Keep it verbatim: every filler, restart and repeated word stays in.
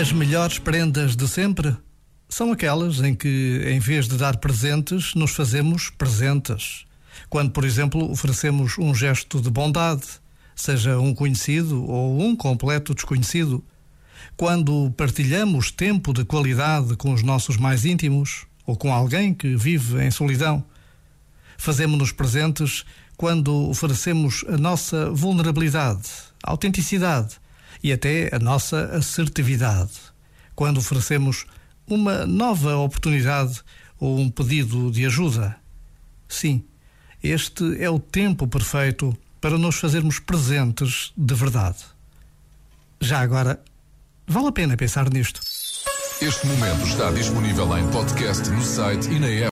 As melhores prendas de sempre são aquelas em que, em vez de dar presentes, nos fazemos presentes. Quando, por exemplo, oferecemos um gesto de bondade, seja um conhecido ou um completo desconhecido. Quando partilhamos tempo de qualidade com os nossos mais íntimos ou com alguém que vive em solidão. Fazemos-nos presentes quando oferecemos a nossa vulnerabilidade, autenticidade e até a nossa assertividade. Quando oferecemos uma nova oportunidade ou um pedido de ajuda. Sim, este é o tempo perfeito para nos fazermos presentes de verdade. Já agora, vale a pena pensar nisto. Este momento está disponível em podcast no site e na app.